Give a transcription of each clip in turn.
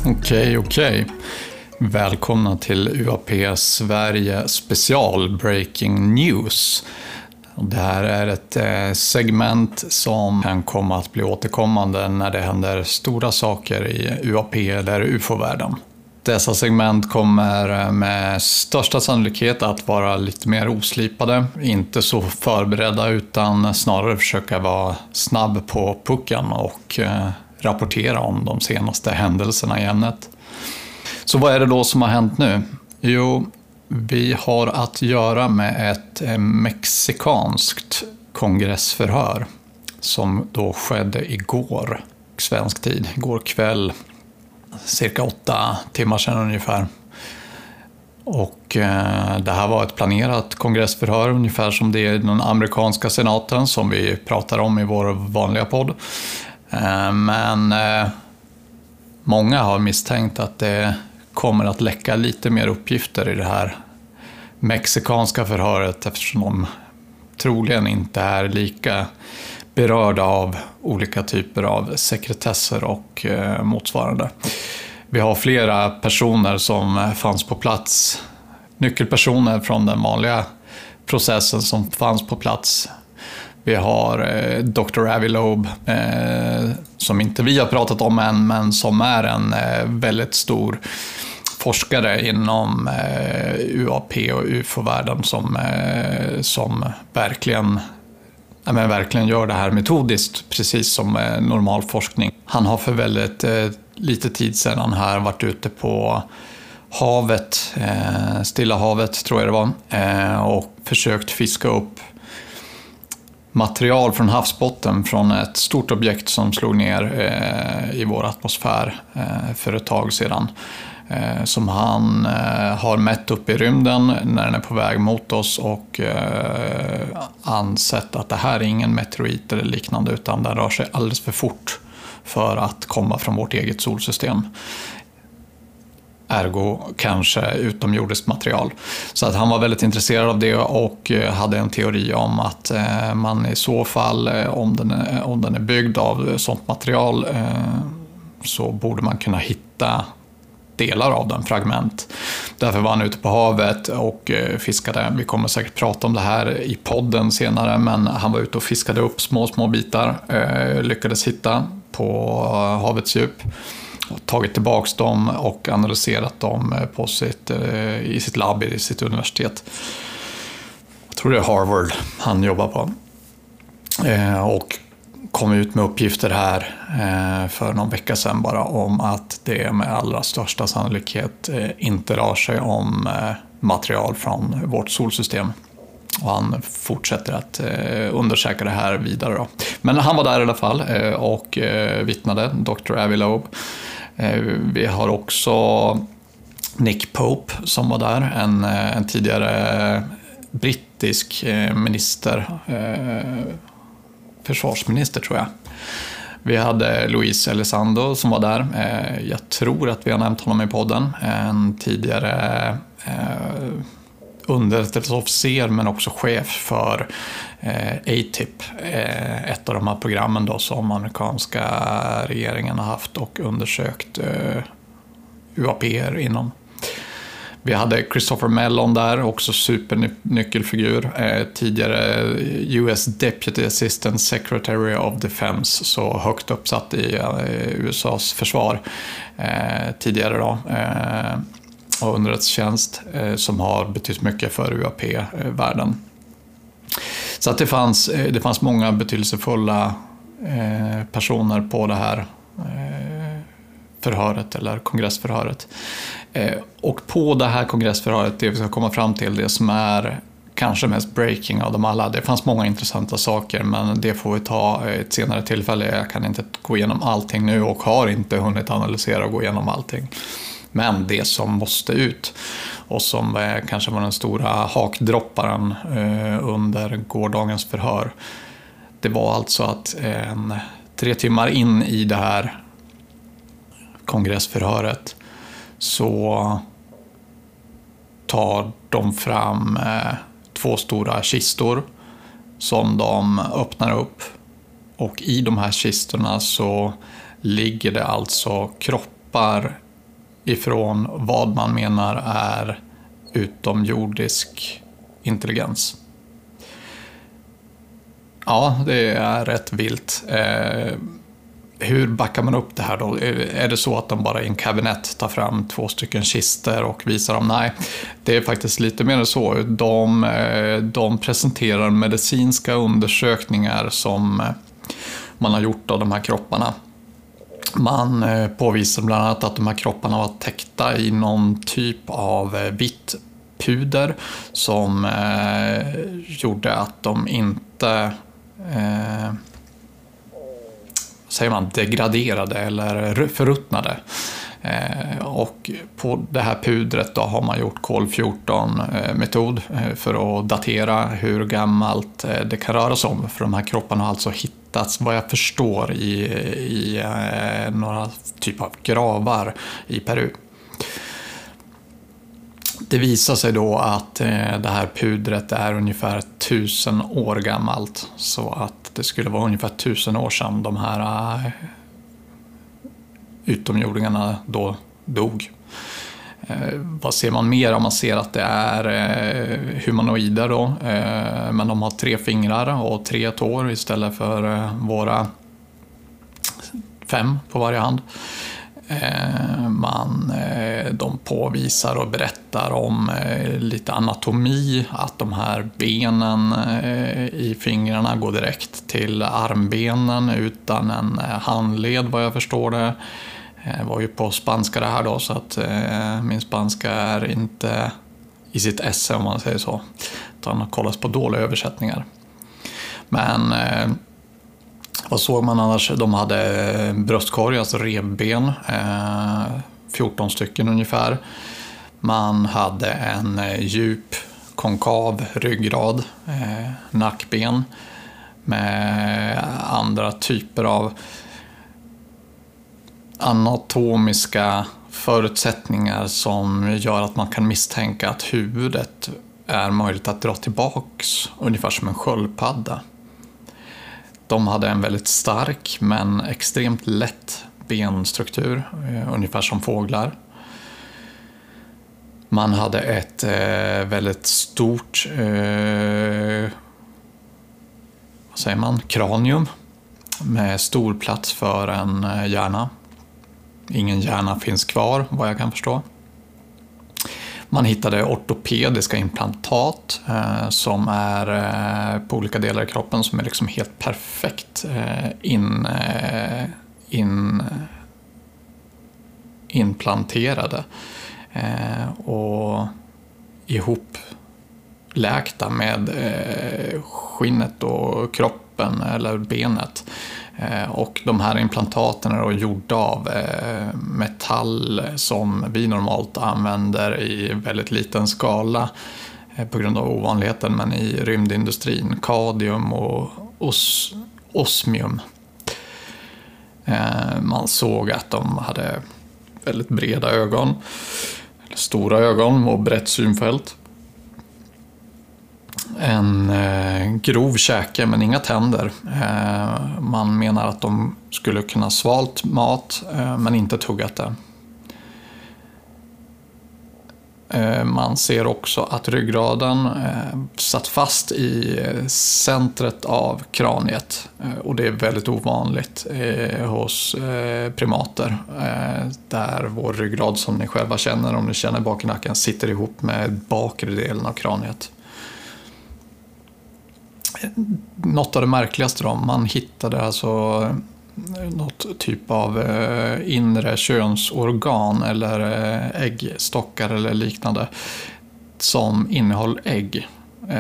Okej. Välkomna till UAP Sverige special Breaking News. Det här är ett segment som kan komma att bli återkommande när det händer stora saker i UAP eller UFO-världen. Dessa segment kommer med största sannolikhet att vara lite mer oslipade, inte så förberedda utan snarare försöka vara snabb på pucken och rapportera om de senaste händelserna i ämnet. Så vad är det då som har hänt nu? Jo, vi har att göra med ett mexikanskt kongressförhör som då skedde igår, svensk tid, igår kväll, cirka 8 timmar sedan ungefär. Och det här var ett planerat kongressförhör, ungefär som det är i den amerikanska senaten som vi pratar om i vår vanliga podd. Men många har misstänkt att det kommer att läcka lite mer uppgifter i det här mexikanska förhöret eftersom de troligen inte är lika berörda av olika typer av sekretesser och motsvarande. Vi har flera personer som fanns på plats, nyckelpersoner från den vanliga processen som fanns på plats. Vi har Dr. Avi Loeb som inte vi har pratat om än, men som är en väldigt stor forskare inom UAP och UFO-världen som verkligen gör det här metodiskt, precis som normal forskning. Han har för väldigt lite tid sedan här varit ute på havet, Stilla havet tror jag det var, och försökt fiska upp material från havsbotten från ett stort objekt som slog ner i vår atmosfär för ett tag sedan. Som han har mätt upp i rymden när den är på väg mot oss och ansett att det här är ingen meteorit eller liknande utan den rör sig alldeles för fort för att komma från vårt eget solsystem. Ergo kanske utomjordiskt material. Så att han var väldigt intresserad av det och hade en teori om att man i så fall, om den är byggd av sånt material, så borde man kunna hitta delar av den, fragment. Därför var han ute på havet och fiskade. Vi kommer säkert prata om det här i podden senare, men han var ute och fiskade upp små bitar, lyckades hitta på havets djup. Och tagit tillbaka dem och analyserat dem i sitt labb i sitt universitet. Jag tror det är Harvard han jobbar på. Och kom ut med uppgifter här för någon vecka sedan bara om att det med allra största sannolikhet inte rör sig om material från vårt solsystem. Och han fortsätter att undersöka det här vidare då. Men han var där i alla fall och vittnade, Dr. Avi Loeb. Vi har också Nick Pope som var där, en tidigare brittisk försvarsminister tror jag. Vi hade Luis Elizondo som var där. Jag tror att vi har nämnt honom i podden. En tidigare underrättelseofficer men också chef för ATIP, ett av de här programmen då som amerikanska regeringen har haft och undersökt UAP:er inom. Vi hade Christopher Mellon där, också supernyckelfigur, tidigare US Deputy Assistant Secretary of Defense, så högt uppsatt i USAs försvar tidigare då, och underrättelsetjänst som har betytt mycket för UAP-världen. Så att det fanns många betydelsefulla personer på det här förhöret eller kongressförhöret. Och på det här kongressförhöret, det vi ska komma fram till, det som är kanske mest breaking av dem alla. Det fanns många intressanta saker, men det får vi ta ett senare tillfälle. Jag kan inte gå igenom allting nu och har inte hunnit analysera och gå igenom allting. Men det som måste ut och som kanske var den stora hakdropparen under gårdagens förhör, det var alltså att 3 timmar in i det här kongressförhöret så tar de fram 2 stora kistor som de öppnar upp, och i de här kistorna så ligger det alltså kroppar ifrån vad man menar är utomjordisk intelligens. Ja, det är rätt vilt. Hur backar man upp det här då? Är det så att de bara i en kabinett tar fram 2 stycken kister och visar dem? Nej, det är faktiskt lite mer än så. De presenterar medicinska undersökningar som man har gjort av de här kropparna. Man påvisar bland annat att de här kropparna var täckta i någon typ av vitt puder som gjorde att de inte degraderade eller förruttnade. Och på det här pudret då har man gjort kol-14-metod för att datera hur gammalt det kan röra sig om. För de här kropparna har alltså hittats, vad jag förstår, i några typer av gravar i Peru. Det visar sig då att det här pudret är ungefär 1000 år gammalt. Så att det skulle vara ungefär 1000 år sedan de här utomjordingarna då dog. Vad ser man mer? Om man ser att det är humanoider då, men de har 3 fingrar och 3 tår istället för våra 5 på varje hand. De påvisar och berättar om lite anatomi, att de här benen i fingrarna går direkt till armbenen utan en handled, vad jag förstår det. Jag var ju på spanska det här då, så att min spanska är inte i sitt esse, om man säger så, utan kollas på dåliga översättningar. Men vad såg man annars? De hade bröstkorg, alltså revben, 14 stycken ungefär. Man hade en djup konkav ryggrad, nackben med andra typer av anatomiska förutsättningar som gör att man kan misstänka att huvudet är möjligt att dra tillbaks, ungefär som en sköldpadda. De hade en väldigt stark men extremt lätt benstruktur, ungefär som fåglar. Man hade ett väldigt stort kranium med stor plats för en hjärna. Ingen hjärna finns kvar, vad jag kan förstå. Man hittade ortopediska implantat som är på olika delar i kroppen som är liksom helt perfekt inplanterade och ihopläkta med skinnet och kroppen eller benet. Och de här implantaten är då gjorda av metall som vi normalt använder i väldigt liten skala på grund av ovanligheten, men i rymdindustrin, kadium och osmium. Man såg att de hade väldigt breda ögon, stora ögon och brett synfält. En grov käke men inga tänder. Man menar att de skulle kunna svalt mat men inte tuggat det. Man ser också att ryggraden satt fast i centret av kraniet, och det är väldigt ovanligt hos primater, där vår ryggrad, som ni själva känner om ni känner bak i nacken, sitter ihop med bakre delen av kraniet. Något av det märkligaste då, man hittade alltså något typ av inre könsorgan eller äggstockar eller liknande som innehåll ägg.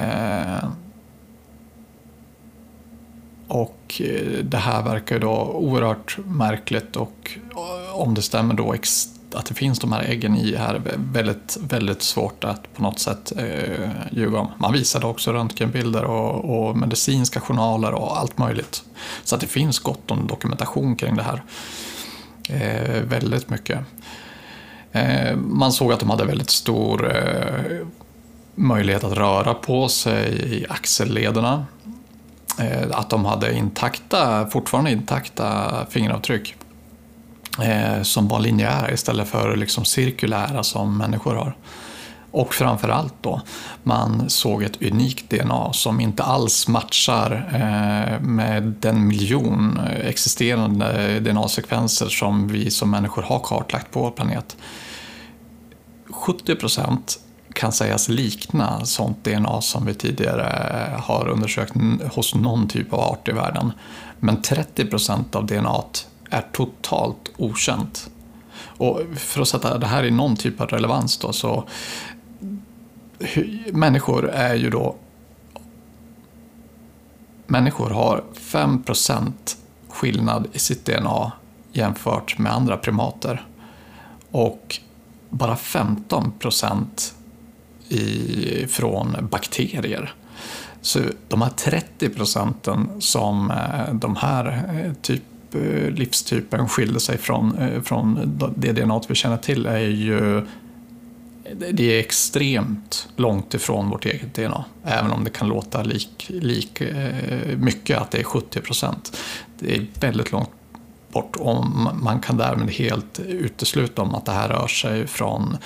Och det här verkar då oerhört märkligt, och om det stämmer då att det finns de här äggen i här, väldigt, väldigt svårt att på något sätt ljuga om. Man visade också röntgenbilder och medicinska journaler och allt möjligt. Så att det finns gott om dokumentation kring det här. Väldigt mycket. Man såg att de hade väldigt stor möjlighet att röra på sig i axellederna. Att de hade fortfarande intakta fingeravtryck. som var linjära istället för liksom cirkulära som människor har. Och framförallt då, man såg ett unikt DNA som inte alls matchar med den miljon existerande DNA-sekvenser som vi som människor har kartlagt på vår planet. 70% kan sägas likna sånt DNA som vi tidigare har undersökt hos någon typ av art i världen. Men 30% av DNA är totalt okänt. Och för att sätta det här i någon typ av relevans då, så människor har 5% skillnad i sitt DNA jämfört med andra primater. Och bara 15% från bakterier. Så de här 30% som de här livstypen skiljer sig från det DNA vi känner till är ju det är extremt långt ifrån vårt eget DNA. Även om det kan låta mycket att det är 70%. Det är väldigt långt bort och man kan därmed helt utesluta om att det här rör sig från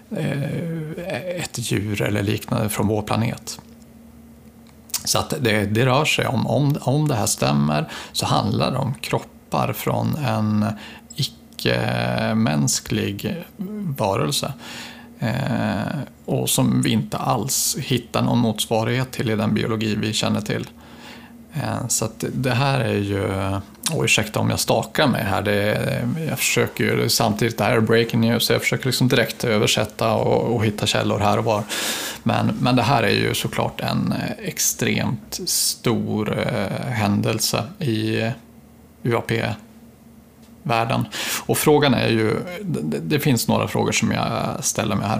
ett djur eller liknande från vår planet. Så att det rör sig om det här stämmer så handlar det om kroppar från en icke-mänsklig varelse. Och som vi inte alls hittar någon motsvarighet till i den biologi vi känner till. Så att det här är ju, och ursäkta om jag stakar mig här, jag försöker ju samtidigt, det här är breaking news, så jag försöker liksom direkt översätta och hitta källor här och var. Men det här är ju såklart en extremt stor händelse i UAP-världen. Och frågan är ju, det finns några frågor som jag ställer mig här.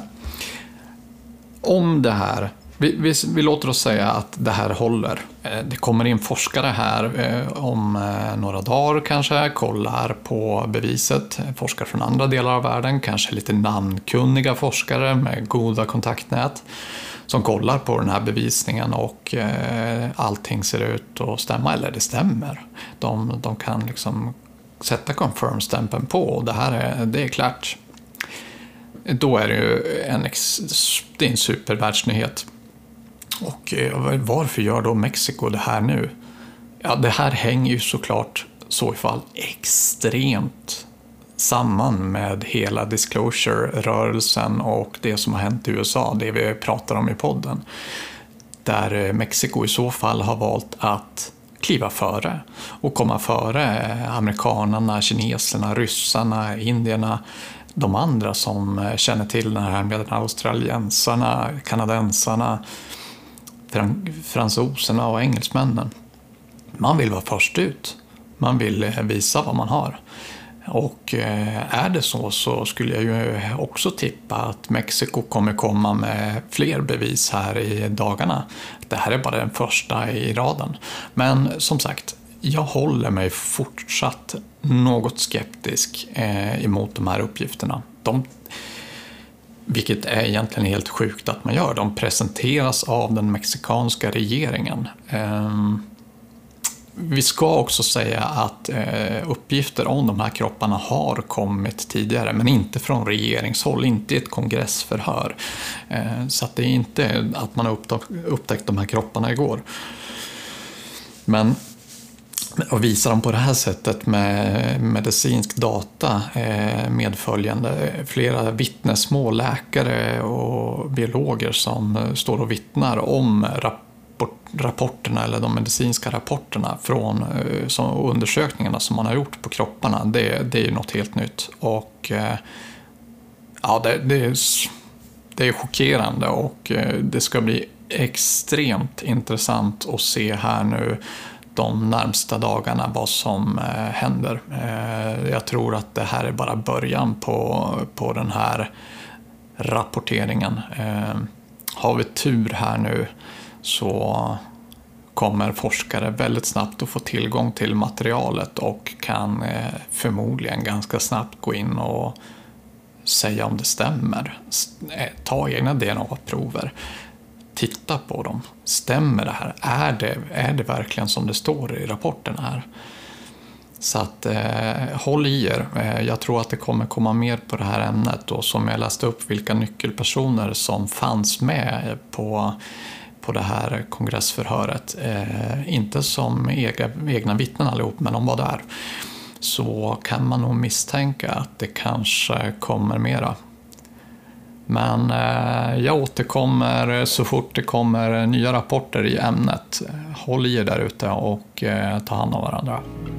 Om det här, vi låter oss säga att det här håller. Det kommer in forskare här om några dagar kanske, kollar på beviset. Forskare från andra delar av världen, kanske lite namnkunniga forskare med goda kontaktnät som kollar på den här bevisningen och allting ser ut att stämma, eller det stämmer. De kan liksom sätta confirm-stämpeln på och det är klart. Då är det ju en supervärldsnyhet. Och varför gör då Mexiko det här nu? Ja, det här hänger ju såklart så i fall extremt samman med hela disclosure-rörelsen och det som har hänt i USA, det vi pratar om i podden. Där Mexiko i så fall har valt att kliva före och komma före amerikanerna, kineserna, ryssarna, indierna, de andra som känner till den här med australiensarna, kanadensarna, fransoserna och engelsmännen. Man vill vara först ut. Man vill visa vad man har. Och är det så skulle jag ju också tippa att Mexiko kommer komma med fler bevis här i dagarna. Det här är bara den första i raden. Men som sagt, jag håller mig fortsatt något skeptisk emot de här uppgifterna. Vilket är egentligen helt sjukt att man gör. De presenteras av den mexikanska regeringen. Vi ska också säga att uppgifter om de här kropparna har kommit tidigare, men inte från regeringshåll, inte i ett kongressförhör. Så att det är inte att man har upptäckt de här kropparna igår. Men och visar dem på det här sättet med medicinsk data medföljande flera vittnesmål, läkare och biologer som står och vittnar om rapporterna eller de medicinska rapporterna från undersökningarna som man har gjort på kropparna, det är ju något helt nytt. Och ja, det är chockerande och det ska bli extremt intressant att se här nu de närmsta dagarna vad som händer. Jag tror att det här är bara början på den här rapporteringen. Har vi tur här nu så kommer forskare väldigt snabbt att få tillgång till materialet och kan förmodligen ganska snabbt gå in och säga om det stämmer. Ta egna DNA-prover. Titta på dem. Stämmer det här? Är det verkligen som det står i rapporten här? Så att håll i er. Jag tror att det kommer komma mer på det här ämnet och som jag läste upp vilka nyckelpersoner som fanns med på det här kongressförhöret. Inte som egna vittnen allihop, men de var där. Så kan man nog misstänka att det kanske kommer mera. Men jag återkommer så fort det kommer nya rapporter i ämnet. Håll i er där ute och ta hand om varandra.